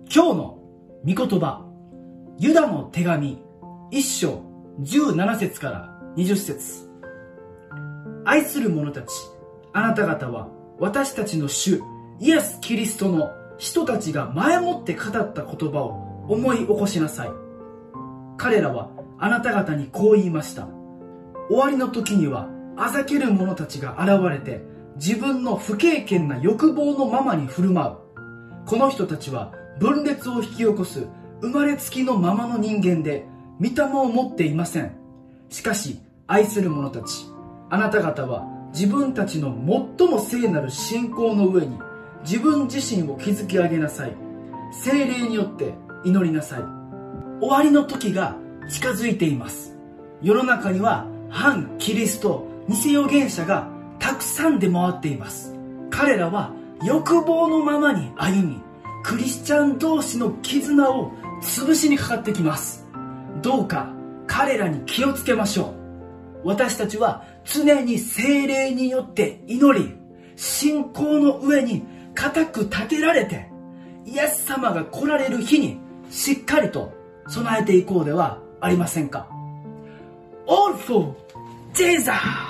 今日の御言葉、ユダの手紙1章17節から20節。愛する者たち、あなた方は私たちの主イエス・キリストの人たちが前もって語った言葉を思い起こしなさい。彼らはあなた方にこう言いました。終わりの時にはあざける者たちが現れて自分の不経験な欲望のままに振る舞う。この人たちは分裂を引き起こす生まれつきのままの人間で御霊を持っていません。しかし愛する者たち、あなた方は自分たちの最も聖なる信仰の上に自分自身を築き上げなさい。聖霊によって祈りなさい。終わりの時が近づいています。世の中には反キリスト、偽預言者がたくさん出回っています。彼らは欲望のままに歩み、クリスチャン同士の絆を潰しにかかってきます。どうか彼らに気をつけましょう。私たちは常に聖霊によって祈り、信仰の上に固く立てられて、イエス様が来られる日にしっかりと備えていこうではありませんか。All for Jesus!